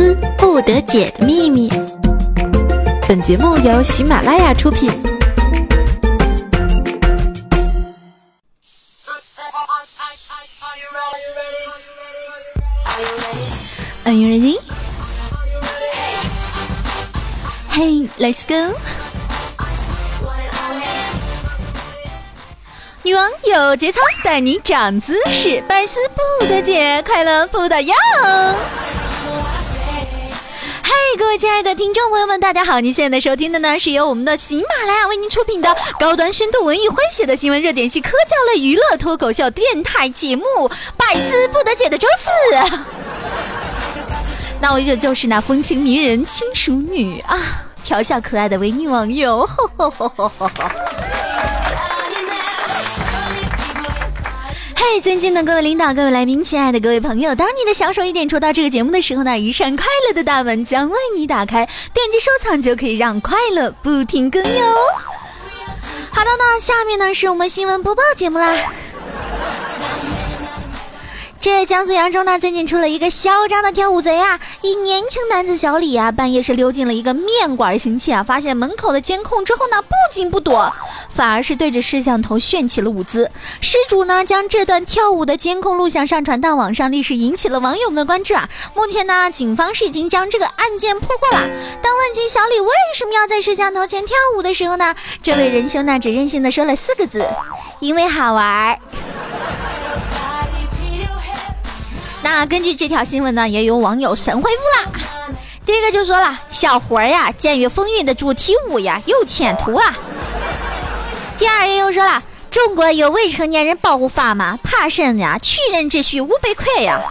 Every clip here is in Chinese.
思不得解的秘密。本节目由喜马拉雅出品。 Are you ready? Hey, let's go. 女王有节操，带你长姿势，百思不得解，快乐不打烊。嗨，各位亲爱的听众朋友们，大家好！您现在收听的呢，是由我们的喜马拉雅为您出品的高端深度文艺诙谐的新闻热点系科教类娱乐脱口秀电台节目《百思不得解的周四》。那我就是那风情迷人轻熟女啊，调笑可爱的维尼网友。嘿，尊敬的各位领导、各位来宾、亲爱的各位朋友，当你的小手一点戳到这个节目的时候呢，一扇快乐的大门将为你打开，点击收藏就可以让快乐不停更哟。好的呢，下面呢是我们新闻播报节目啦。这江苏扬州呢，最近出了一个嚣张的跳舞贼啊！一年轻男子小李啊，半夜是溜进了一个面馆行窃啊，发现门口的监控之后呢，不仅不躲，反而是对着摄像头炫起了舞姿。失主呢，将这段跳舞的监控录像上传到网上，立时引起了网友们的关注啊！目前呢，警方是已经将这个案件破获了。当问及小李为什么要在摄像头前跳舞的时候呢，这位仁兄呢，只任性的说了4个字：因为好玩。那根据这条新闻呢，也有网友神回复了。第一个就说了，小伙呀，监狱风云的主题舞呀，有前途啊。第二人又说了，中国有未成年人保护法吗？怕甚呀，取人之需无被亏呀。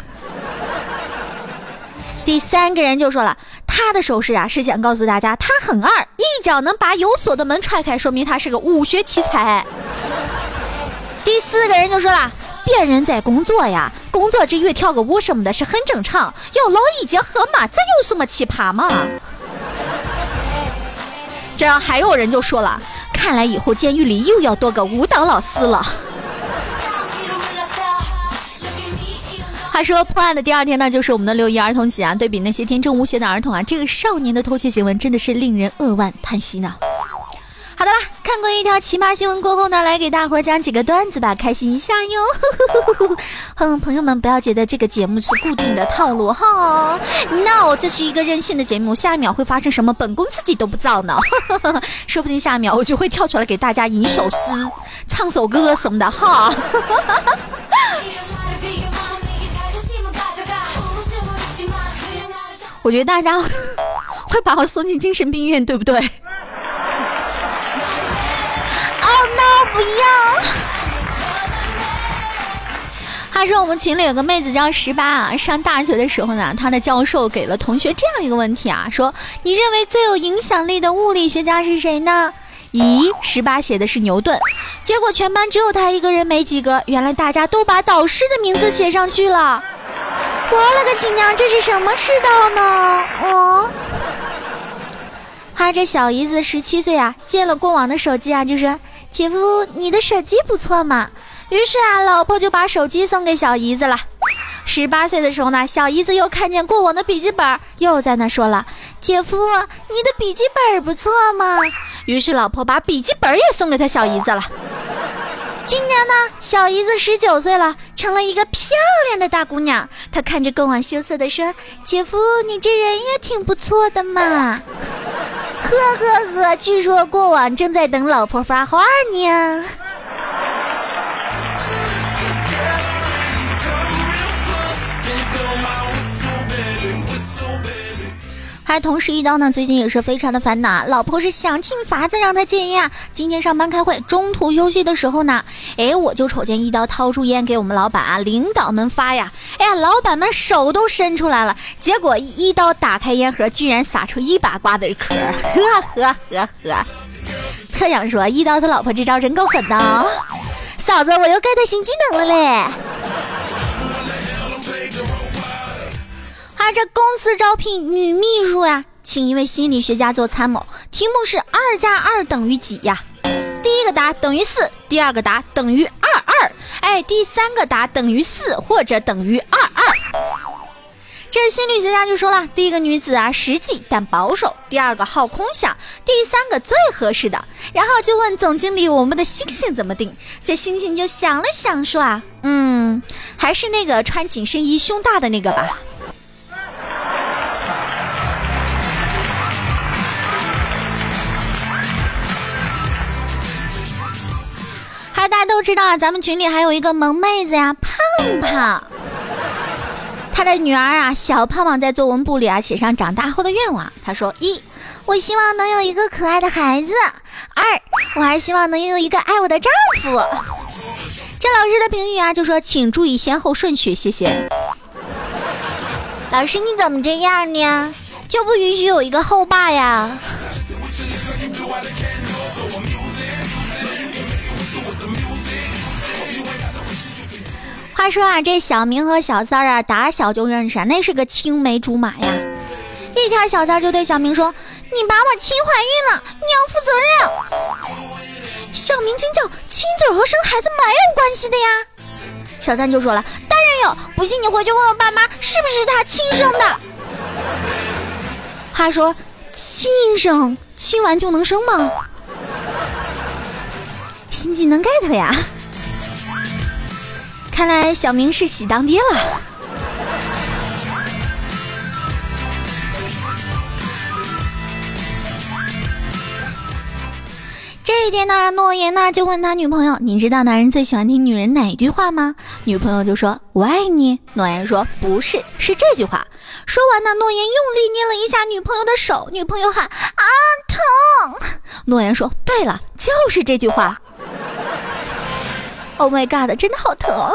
第三个人就说了，他的手势啊，是想告诉大家他很二，一脚能把有锁的门踹开，说明他是个武学奇才。第四个人就说了，别人在工作呀，工作之余跳个舞什么的是很正常，有劳逸结合嘛，这有什么奇葩嘛？这还有人就说了，看来以后监狱里又要多个舞蹈老师了。他说破案的第二天呢，就是我们的6·1儿童节啊，对比那些天真无邪的儿童啊，这个少年的偷窃行为真的是令人扼腕叹息呢。好的吧，看过一条奇葩新闻过后呢，来给大伙儿讲几个段子吧，开心一下哟。朋友们不要觉得这个节目是固定的套路哈 ，no， 这是一个任性的节目，下一秒会发生什么，本宫自己都不知道呢。说不定下一秒我就会跳出来给大家吟首诗、唱首歌什么的哈。我觉得大家会把我送进精神病院，对不对？不要。他说我们群里有个妹子叫18啊，上大学的时候呢，他的教授给了同学这样一个问题啊，说你认为最有影响力的物理学家是谁呢？咦，18写的是牛顿，结果全班只有他一个人没及格，原来大家都把导师的名字写上去了。我了个亲娘，这是什么世道呢？哦。他这小姨子17岁啊，借了过往的手机啊，就说姐夫你的手机不错嘛，于是啊老婆就把手机送给小姨子了。18岁的时候呢，小姨子又看见过往的笔记本，又在那说了，姐夫你的笔记本不错嘛，于是老婆把笔记本也送给他小姨子了。今年呢，小姨子19岁了，成了一个漂亮的大姑娘。她看着过往羞涩地说，姐夫你这人也挺不错的嘛。呵呵呵，据说过往正在等老婆发话呢。而同时一刀呢，最近也是非常的烦恼，老婆是想尽法子让他戒烟啊。今天上班开会，中途休息的时候呢，我就瞅见一刀掏出烟给我们老板啊、领导们发呀。老板们手都伸出来了，结果一刀打开烟盒，居然撒出一把瓜子壳，呵。特想说，一刀他老婆这招真够狠的哦。嫂子，我又 get 新技能了嘞。这公司招聘女秘书呀，请一位心理学家做参谋，题目是2+2等于几呀？第一个答等于4，第二个答等于22，第三个答等于4或者等于22。 这心理学家就说了，第一个女子啊实际但保守，第二个好空想，第三个最合适的。然后就问总经理，我们的星星怎么定？这星星就想了想说啊，还是那个穿紧身衣胸大的那个吧。大家都知道咱们群里还有一个萌妹子呀，胖胖。她的女儿啊，小胖胖在作文簿里啊写上长大后的愿望。她说：一，我希望能有一个可爱的孩子；二，我还希望能拥有一个爱我的丈夫。这老师的评语啊就说：请注意先后顺序，谢谢。老师你怎么这样呢？就不允许有一个后爸呀？话说啊，这小明和小三儿啊，打小就认识，那是个青梅竹马呀。一天，小三儿就对小明说：“你把我亲怀孕了，你要负责任。”小明惊叫：“亲嘴和生孩子没有关系的呀。”小三就说了：“当然有，不信你回去问我爸妈，是不是他亲生的？”话说，亲生亲完就能生吗？新技能 get 呀！看来小明是喜当爹了。这一天呢，诺言呢就问他女朋友：“你知道男人最喜欢听女人哪句话吗？”女朋友就说：“我爱你。”诺言说：“不是，是这句话。”说完呢，诺言用力捏了一下女朋友的手，女朋友喊：“啊，疼！”诺言说：“对了，就是这句话。”Oh my god， 真的好疼哦。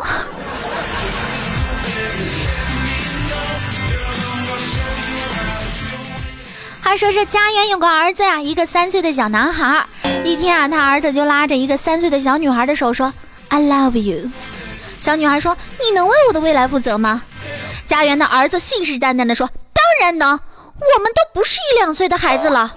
话说这家园有个儿子呀，一个3岁的小男孩。一天啊，他儿子就拉着一个3岁的小女孩的手说 I love you。 小女孩说：“你能为我的未来负责吗？”家园的儿子信誓旦旦地说：“当然能，我们都不是1、2岁的孩子了。”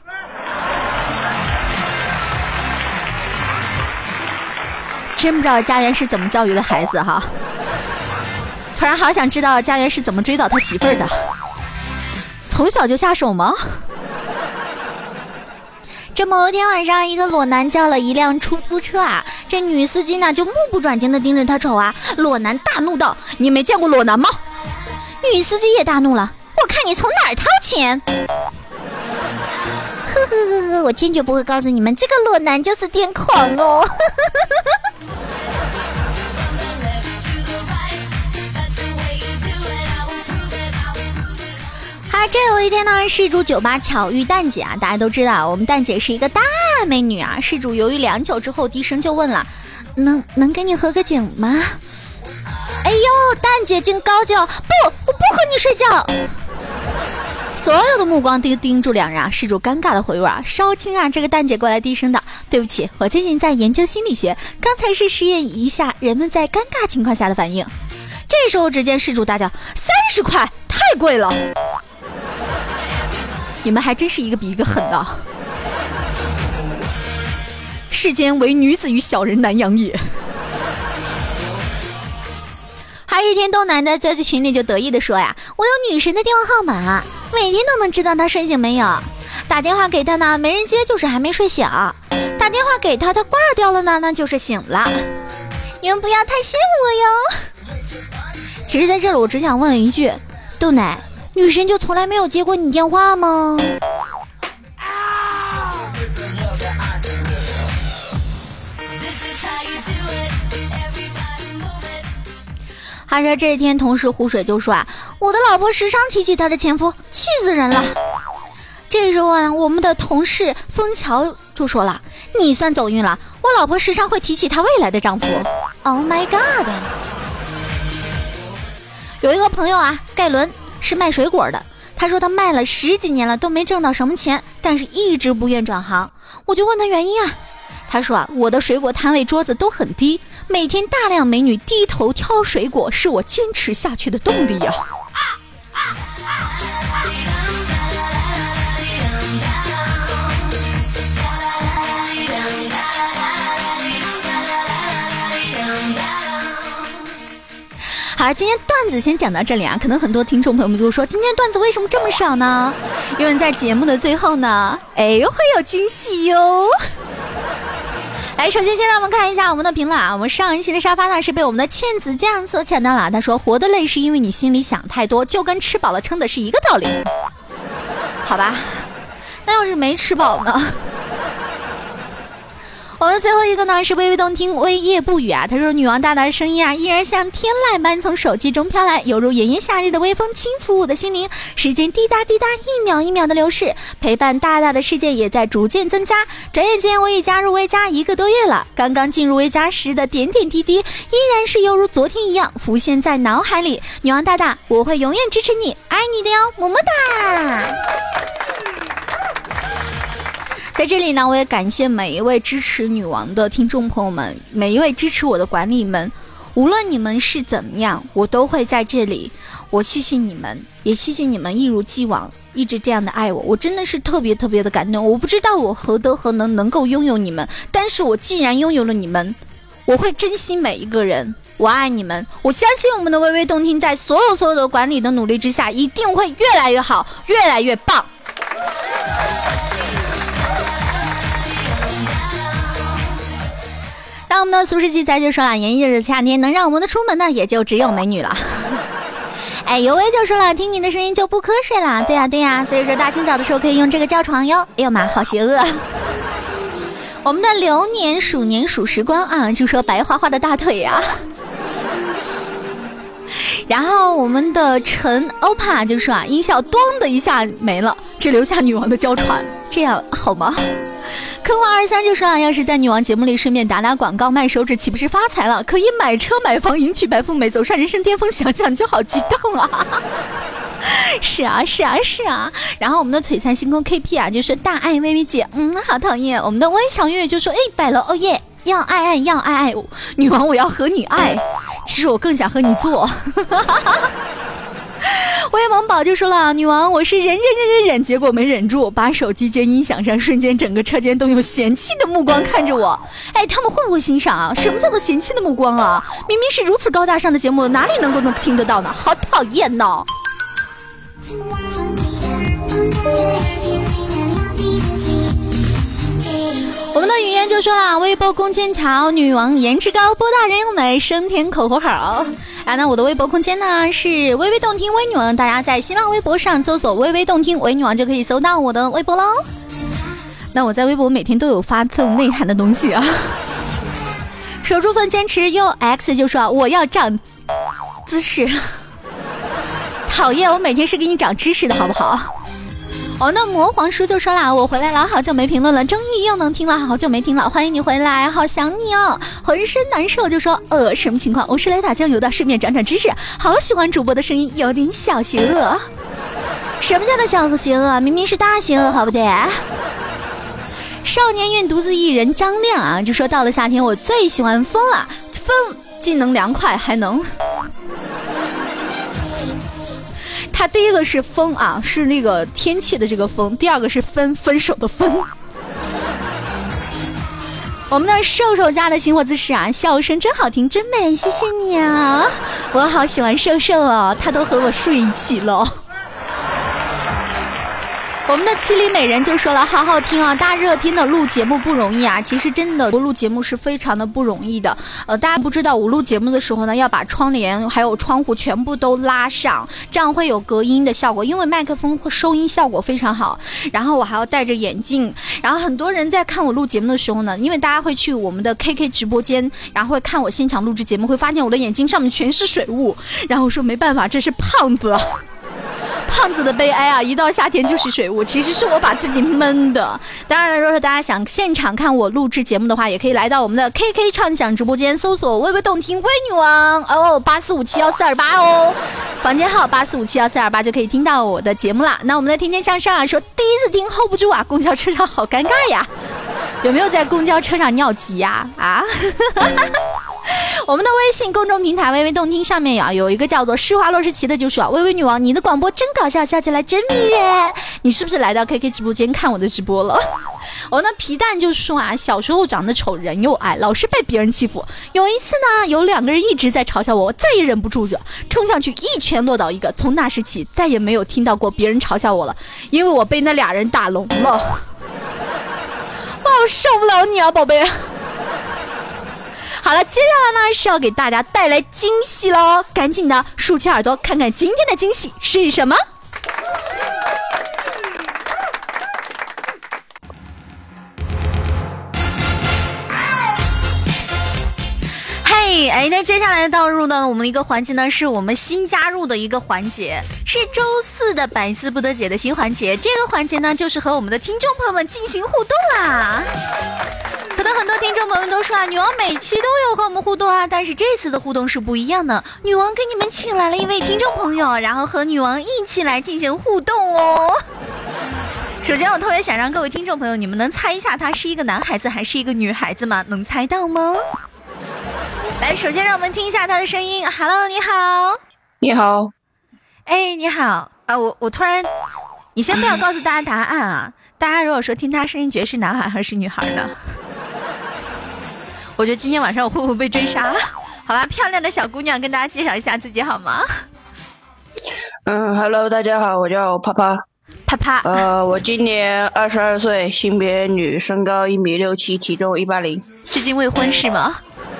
真不知道家园是怎么教育的孩子哈，突然好想知道家园是怎么追到他媳妇儿的，从小就下手吗？这某一天晚上，一个裸男叫了一辆出租车啊，这女司机呢就目不转睛地盯着他瞅啊。裸男大怒道：“你没见过裸男吗？”女司机也大怒了：“我看你从哪儿掏钱！”呵呵呵呵，我坚决不会告诉你们，这个裸男就是癫狂哦。这有一天呢，事主酒吧巧遇蛋姐啊，大家都知道我们蛋姐是一个大美女啊。事主犹豫良久之后，低声就问了：“能跟你合个影吗？”哎呦，蛋姐竟高叫：“不，我不和你睡觉！”所有的目光盯住两人啊。事主尴尬的回问啊：“稍轻啊。”这个蛋姐过来低声道：“对不起，我最近在研究心理学，刚才是实验一下人们在尴尬情况下的反应。”这时候只见事主大叫：“30块，太贵了！”你们还真是一个比一个狠的。世间唯女子与小人难养也。还有一天，东南的在群里就得意的说呀：“我有女神的电话号码，每天都能知道她睡醒没有。打电话给她呢，没人接就是还没睡醒；打电话给她，她挂掉了呢，那就是醒了。你们不要太羡慕我哟。”其实在这里我只想问一句，豆奶，女神就从来没有接过你电话吗？话说这一天，同事湖水就说啊：“我的老婆时常提起她的前夫，气死人了。”这时候啊，我们的同事枫桥就说了：“你算走运了，我老婆时常会提起她未来的丈夫。” Oh my god！ 有一个朋友啊，盖伦是卖水果的，他说他卖了10几年了都没挣到什么钱，但是一直不愿转行。我就问他原因啊，他说啊，我的水果摊位桌子都很低，每天大量美女低头挑水果，是我坚持下去的动力呀。好好，今天段子先讲到这里啊，可能很多听众朋友们就说，今天段子为什么这么少呢？因为在节目的最后呢，会有惊喜哟。来，首先先让我们看一下我们的评论啊。我们上一期的沙发呢是被我们的倩子酱所抢到了。他说活得累是因为你心里想太多，就跟吃饱了撑的是一个道理。好吧，那要是没吃饱呢？我们最后一个呢是微微动听微夜不语啊。他说女王大大的声音啊，依然像天籁般从手机中飘来，犹如炎炎夏日的微风，轻抚我的心灵。时间滴答滴答，一秒一秒的流逝，陪伴大大的世界也在逐渐增加。转眼间我已加入微加1个多月了，刚刚进入微加时的点点滴滴，依然是犹如昨天一样浮现在脑海里。女王大大，我会永远支持你，爱你的哟，么么哒。在这里呢，我也感谢每一位支持女王的听众朋友们，每一位支持我的管理们，无论你们是怎么样，我都会在这里。我谢谢你们，也谢谢你们一如既往一直这样的爱我，我真的是特别特别的感动。我不知道我何德何能够拥有你们，但是我既然拥有了你们，我会珍惜每一个人。我爱你们，我相信我们的微微动听在所有的管理的努力之下，一定会越来越好，越来越棒。那我们的苏轼记载就说了，炎热的夏天能让我们的出门呢，也就只有美女了。尤薇就说了，听你的声音就不瞌睡了。对呀，所以说大清早的时候可以用这个叫床哟。哎呦妈，好邪恶。我们的流年鼠年鼠时光啊，就说白花花的大腿啊。然后我们的陈欧帕就说音效咚的一下没了，只留下女王的娇喘，这样好吗？科华23就说了，要是在女王节目里顺便打广告卖手指，岂不是发财了？可以买车买房，迎娶白富美，走上人生巅峰，想想就好激动啊。是啊。然后我们的璀璨星空 KP 啊就说大爱微微姐，好讨厌。我们的温小月月就说摆了，哦耶，要爱女王，我要和你爱，其实我更想和你做。威猛宝就说了，女王，我是忍，结果没忍住，把手机接音响上，瞬间整个车间都用嫌弃的目光看着我。他们会不会欣赏啊？什么叫做嫌弃的目光啊？明明是如此高大上的节目，哪里能听得到呢？好讨厌呢。我们的语言就说了，微博空间桥，女王颜值高，波大人又美，升天口活好。那我的微博空间呢是微微动听微女王，大家在新浪微博上搜索微微动听微女王就可以搜到我的微博喽。那我在微博每天都有发这种内涵的东西啊。守住份坚持 UX 就说我要长姿势。讨厌，我每天是给你长知识的好不好？那魔皇叔就说了，我回来了，好久没评论了，终于又能听了，好久没听了，欢迎你回来，好想你哦。浑身难受就说什么情况？我是来打酱油的，顺便长知识，好喜欢主播的声音，有点小邪恶。什么叫做小邪恶？明明是大邪恶，好不对？少年运独自一人张亮啊就说，到了夏天我最喜欢风了，风既能凉快还能，它第一个是风啊，是那个天气的这个风，第二个是分手的分。我们的瘦瘦家的星火姿势啊，笑声真好听，真美，谢谢你啊，我好喜欢瘦瘦哦，他都和我睡一起了。我们的七里美人就说了，好好听啊，大热天的录节目不容易啊。其实真的录节目是非常的不容易的。大家不知道，我录节目的时候呢，要把窗帘还有窗户全部都拉上，这样会有隔音的效果，因为麦克风收音效果非常好。然后我还要戴着眼镜，然后很多人在看我录节目的时候呢，因为大家会去我们的 KK 直播间，然后会看我现场录制节目，会发现我的眼睛上面全是水雾，然后我说没办法，这是胖子。胖子的悲哀啊，一到夏天就是水雾，其实是我把自己闷的。当然了，如果大家想现场看我录制节目的话，也可以来到我们的 KK 畅享直播间，搜索微微动听微女王84571428哦，房间号84571428就可以听到我的节目啦。那我们的天天向上啊说，第一次听 hold 不住啊，公交车上好尴尬呀，有没有在公交车上尿急呀？ 我们的微信公众平台微微动听上面有一个叫做施华洛世奇的，就说微微女王，你的广播真搞笑，笑起来真迷人。你是不是来到 KK 直播间看我的直播了？我那皮蛋就说小时候长得丑，人又矮，老是被别人欺负。有一次呢，有2个人一直在嘲笑我，我再也忍不住了，冲上去一拳落倒一个。从那时起，再也没有听到过别人嘲笑我了，因为我被那2人打聋了。我受不了你啊，宝贝。好了，接下来呢是要给大家带来惊喜喽，赶紧的竖起耳朵看看今天的惊喜是什么。那接下来到入到我们的一个环节呢，是我们新加入的一个环节，是周4的百思不得解的新环节。这个环节呢，就是和我们的听众朋友们进行互动啦。可能很多听众朋友们都说女王每期都有和我们互动但是这次的互动是不一样的。女王给你们请来了一位听众朋友，然后和女王一起来进行互动哦。首先我特别想让各位听众朋友，你们能猜一下他是一个男孩子还是一个女孩子吗？能猜到吗？来，首先让我们听一下他的声音。 Hello， 你好。 你好。 你好我突然，你先不要告诉大家答案大家如果说听他声音觉得是男孩还是女孩呢？我觉得今天晚上我会不会被追杀？好吧，漂亮的小姑娘跟大家介绍一下自己好吗 ？Hello， 大家好，我叫啪啪。 啪啪。 我今年22岁，性别女，身高1.67米，体重180。 至今未婚是吗？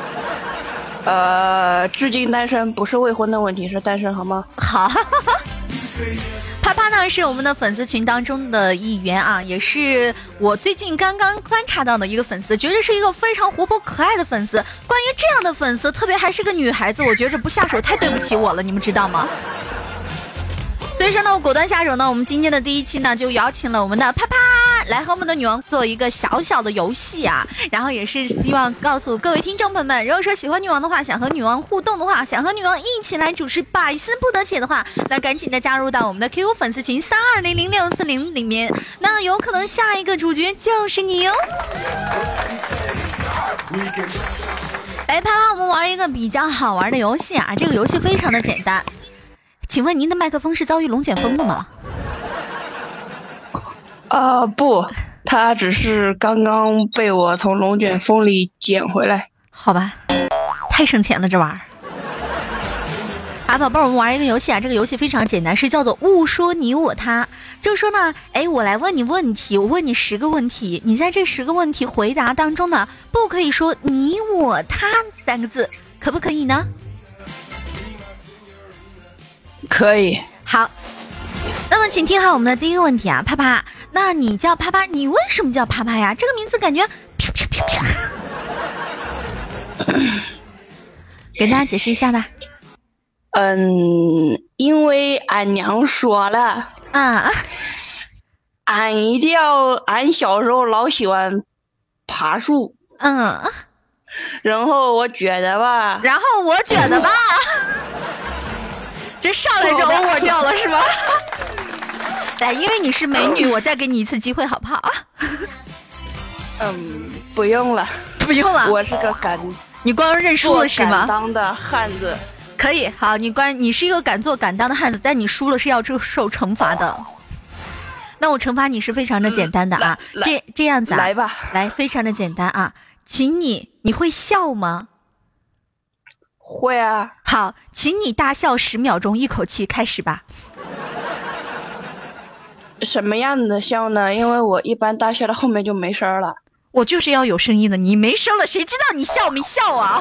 至今单身，不是未婚的问题，是单身好吗？ 好。啪啪呢是我们的粉丝群当中的一员也是我最近刚刚观察到的一个粉丝，绝对是一个非常活泼可爱的粉丝。关于这样的粉丝，特别还是个女孩子，我觉着不下手太对不起我了，你们知道吗？所以说呢，我果断下手呢，我们今天的第一期呢，就邀请了我们的啪啪来和我们的女王做一个小小的游戏然后也是希望告诉各位听众朋友们，如果说喜欢女王的话，想和女王互动的话，想和女王一起来主持百思不得解的话，那赶紧的加入到我们的 QQ 粉丝群32000640里面，那有可能下一个主角就是你哦。来，啪啪，我们玩一个比较好玩的游戏这个游戏非常的简单。请问您的麦克风是遭遇龙卷风了吗？ 不，它只是刚刚被我从龙卷风里捡回来。 好吧，太省钱了这玩意儿。宝贝儿，我们玩一个游戏这个游戏非常简单，是叫做误说你我他。就是说呢，我来问你问题，我问你10个问题，你在这10个问题回答当中呢，不可以说你我他3个字，可不可以呢？ 可以。 好，那么请听好我们的第一个问题啪啪，那你叫啪啪，你为什么叫啪啪呀？这个名字感觉啪啪啪啪。给大家解释一下吧。 因为俺娘说了俺小时候老喜欢爬树然后我觉得吧这上来就我掉了是吗？来，因为你是美女，我再给你一次机会好不好？不用了，我是个你光认输了是吗？ 敢当的汉子。 可以，好，你是一个敢做敢当的汉子，但你输了是要受惩罚的。那我惩罚你是非常的简单的这样子来吧， 来，非常的简单请你会笑吗？ 会啊。 好，请你大笑10秒钟，一口气开始吧。 什么样的笑呢？因为我一般大笑到后面就没声了。 我就是要有声音的，你没声了，谁知道你笑没笑啊？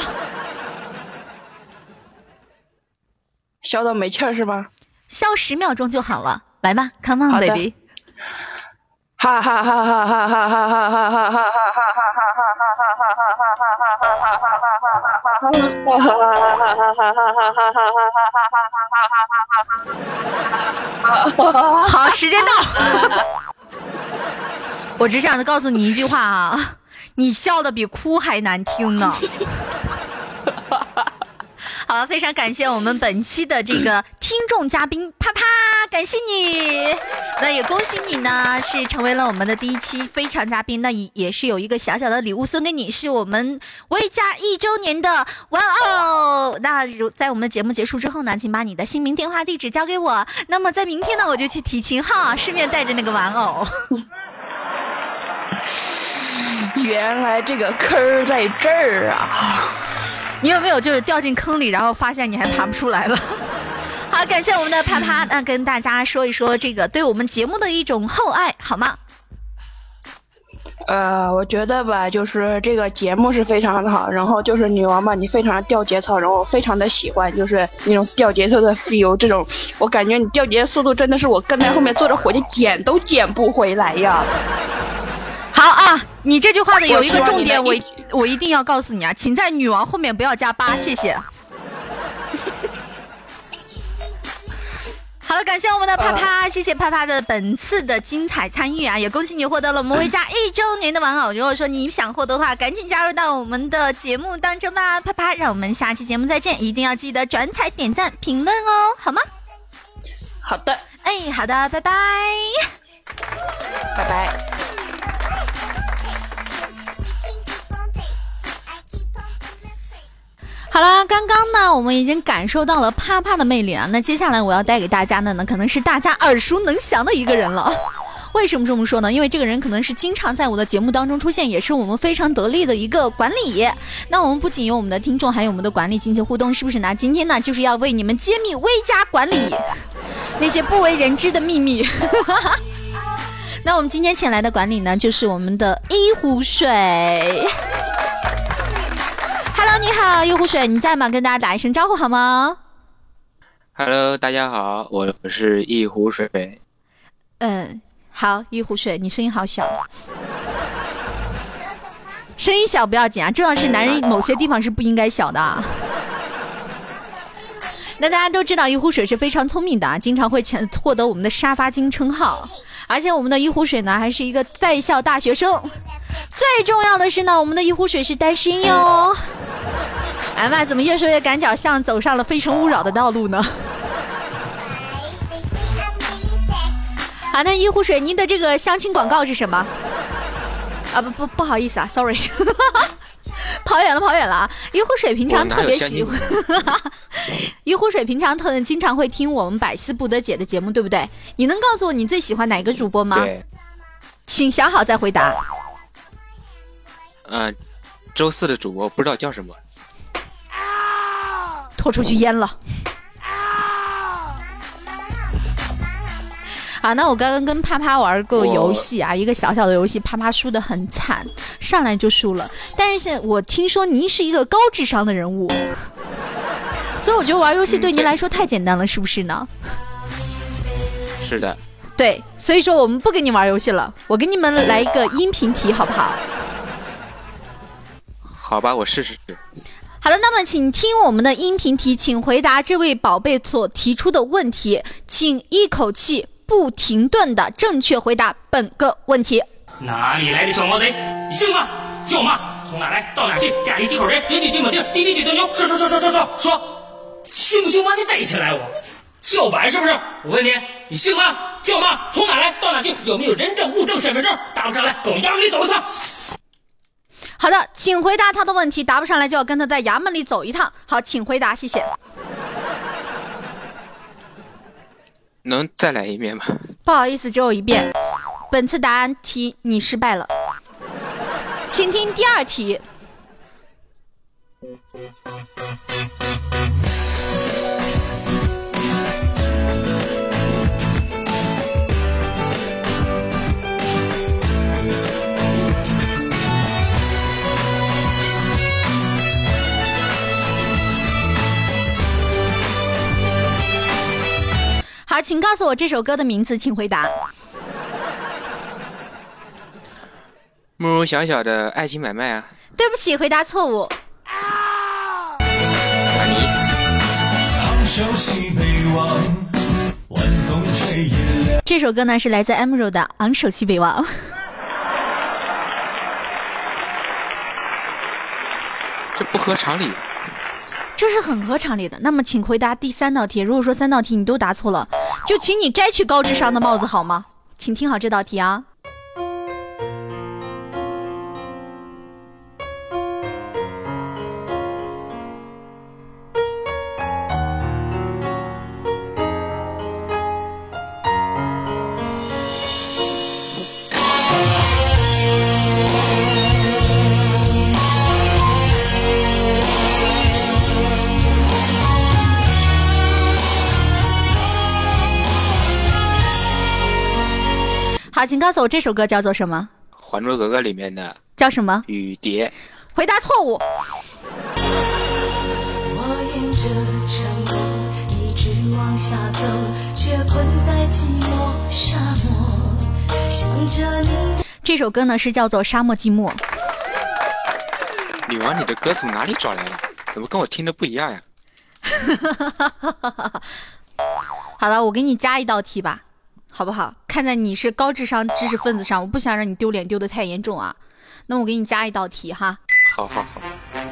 笑到没气儿是吗？ 笑10秒钟就好了，来吧 ，Come on baby。 哈哈哈哈哈哈哈哈哈哈哈哈哈哈哈哈哈哈， 好，时间到。我只想告诉你一句话你笑的比哭还难听呢。好，非常感谢我们本期的这个听众嘉宾啪啪感谢你。那也恭喜你呢，是成为了我们的第一期非常嘉宾。那也是有一个小小的礼物送给你，是我们微家1周年的玩偶。那在我们的节目结束之后呢，请把你的姓名、电话、地址交给我。那么在明天呢，我就去提琴哈，顺便带着那个玩偶。 原来这个坑在这儿啊！ 你有没有就是掉进坑里，然后发现你还爬不出来了？好，感谢我们的啪啪，那跟大家说一说这个对我们节目的一种厚爱，好吗？ 我觉得吧，就是这个节目是非常的好，然后就是女王吧，你非常的掉节奏，然后我非常的喜欢，就是那种掉节奏的 feel， 这种我感觉你掉节速度真的是我跟在后面坐着火箭捡都捡不回来呀。 好啊，你这句话的有一个重点，我一定要告诉你啊，请在女王后面不要加8，谢谢。好了，感谢我们的啪啪，谢谢啪啪的本次的精彩参与啊，也恭喜你获得了我们微家1周年的玩偶。如果说你想获得的话，赶紧加入到我们的节目当中吧，啪啪，让我们下期节目再见，一定要记得转采、点赞、评论哦，好吗？ 好的， 哎，好的，拜拜， 拜拜。 好了，刚刚呢，我们已经感受到了啪啪的魅力啊。那接下来我要带给大家的呢，可能是大家耳熟能详的一个人了。为什么这么说呢？因为这个人可能是经常在我的节目当中出现，也是我们非常得力的一个管理。那我们不仅有我们的听众，还有我们的管理进行互动，是不是呢？今天呢，就是要为你们揭秘微家管理那些不为人知的秘密。那我们今天请来的管理呢，就是我们的一壶水。Hello， 你好，一壶水，你在吗？跟大家打一声招呼好吗 ？Hello， 大家好，我是一壶水。 好，一壶水，你声音好小。声音小不要紧啊，重要是男人某些地方是不应该小的啊。那大家都知道一壶水是非常聪明的啊，经常会获得我们的沙发精称号，而且我们的一壶水呢还是一个在校大学生。最重要的是呢，我们的一壶水是单身哟。哎妈，怎么越说越赶脚，像走上了非诚勿扰的道路呢？好，那一壶水，您的这个相亲广告是什么？啊，不好意思啊 ，sorry， 跑远了啊！一壶水平常特别喜欢，一壶水平常经常会听我们百思不得解的节目，对不对？你能告诉我你最喜欢哪个主播吗？ 对， 请想好再回答。 周四的主播不知道叫什么， 拖出去淹了。好，那我刚刚跟啪啪玩过游戏啊，一个小小的游戏，啪啪输得很惨，上来就输了。但是现在我听说您是一个高智商的人物，所以我觉得玩游戏对您来说太简单了，是不是呢？ 是的。 对，所以说我们不跟你玩游戏了，我给你们来一个音频题，好不好？ 好吧，我试试。 好了，那么请听我们的音频题，请回答这位宝贝所提出的问题，请一口气不停顿的正确回答本个问题。 哪里来的小毛贼？你姓吗？叫嘛？从哪来到哪去？家里几口人？邻居几亩地？弟弟几头牛？说，信不信把你逮起来？我叫板是不是？我问你，你姓吗？叫嘛？从哪来到哪去？有没有人证、物证、身份证？答不上来，狗衙门里走一趟。 好的，请回答他的问题，答不上来就要跟他在衙门里走一趟。好，请回答，谢谢。 能再来一遍吗？ 不好意思，只有一遍。本次答案题你失败了，请听第二题。好，请告诉我这首歌的名字，请回答。 慕容小小的爱情买卖啊。 对不起，回答错误。 哪里？ 这首歌呢是来自 Emerald 的《昂首西北望》。 这不合常理。 这是很合常理的。那么请回答第3道题，如果说3道题你都答错了，就请你摘去高智商的帽子好吗？请听好这道题啊。好，请告诉我这首歌叫做什么？ 《还珠格格》里面的叫什么？ 雨蝶。 回答错误。 我沿着城楼一直往下走，却困在寂寞沙漠，想着你。 这首歌呢是叫做《沙漠寂寞》。 女王，你的歌从哪里找来的？怎么跟我听的不一样呀？ 好了，我给你加一道题吧，好不好？看在你是高智商知识分子上，我不想让你丢脸丢得太严重啊。那我给你加一道题哈。 好好好。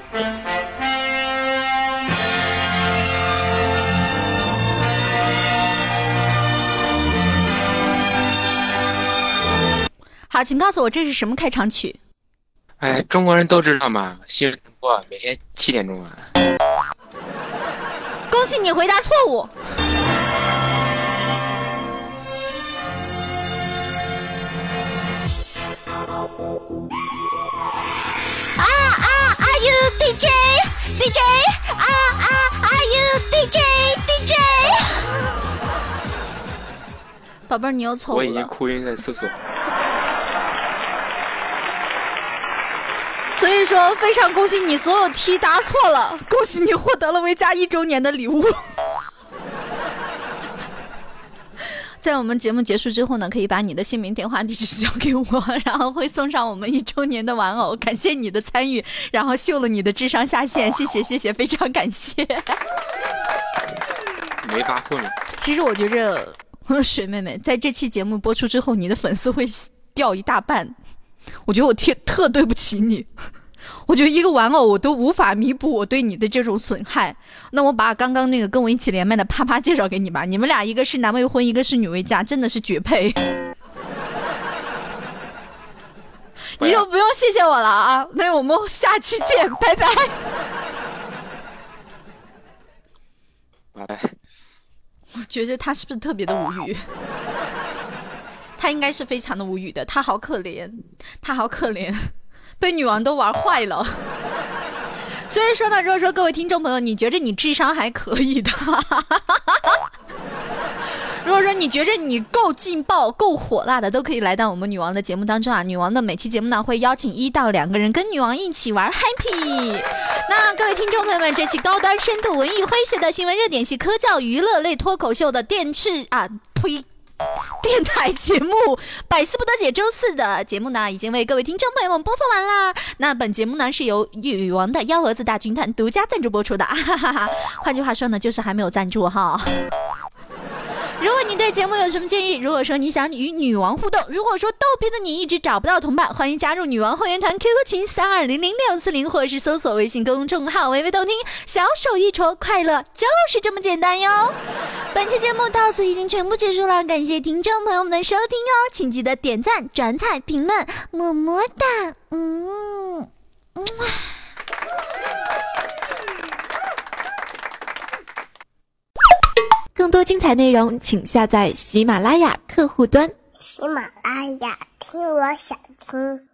好，请告诉我这是什么开场曲？ 哎，中国人都知道嘛，新闻联播每天7点钟啊。 恭喜你回答错误。Are you DJ ？Are you DJ？ 宝贝儿，你又错误了。 我已经哭晕在厕所。 所以说，非常恭喜你，所有题答错了，恭喜你获得了维嘉1周年的礼物。在我们节目结束之后呢，可以把你的姓名、电话、地址交给我，然后会送上我们1周年的玩偶。感谢你的参与，然后秀了你的智商下限，谢谢，非常感谢。 没发混了。 其实我觉着，水妹妹在这期节目播出之后，你的粉丝会掉一大半。我觉得我特对不起你。我觉得一个玩偶我都无法弥补我对你的这种损害，那我把刚刚那个跟我一起连麦的啪啪介绍给你吧，你们俩一个是男未婚，一个是女未嫁，真的是绝配。你就不用谢谢我了啊，那我们下期见，拜拜。 拜拜。 我觉得他是不是特别的无语？他应该是非常的无语的，他好可怜，被女王都玩坏了。所以说呢，如果说各位听众朋友你觉着你智商还可以的，如果说你觉着你够劲爆够火辣的，都可以来到我们女王的节目当中啊。女王的每期节目呢会邀请1到2个人跟女王一起玩 happy。 那各位听众朋友们，这期高端深度文艺诙谐的新闻热点系科教娱乐类脱口秀的电台节目百思不得解周4的节目呢已经为各位听众朋友们播放完啦。那本节目呢是由女王的幺蛾子大军团独家赞助播出的，换句话说呢就是还没有赞助哈。如果你对节目有什么建议，如果说你想与女王互动，如果说逗逼的你一直找不到同伴，欢迎加入女王会员团 QQ 群32000640，或者是搜索微信公众号微微动听，小手一戳，快乐就是这么简单哟。本期节目到此已经全部结束了，感谢听众朋友们的收听哦，请记得点赞、转采、评论，么么哒， 更多精彩内容请下载喜马拉雅客户端。 喜马拉雅，听我想听。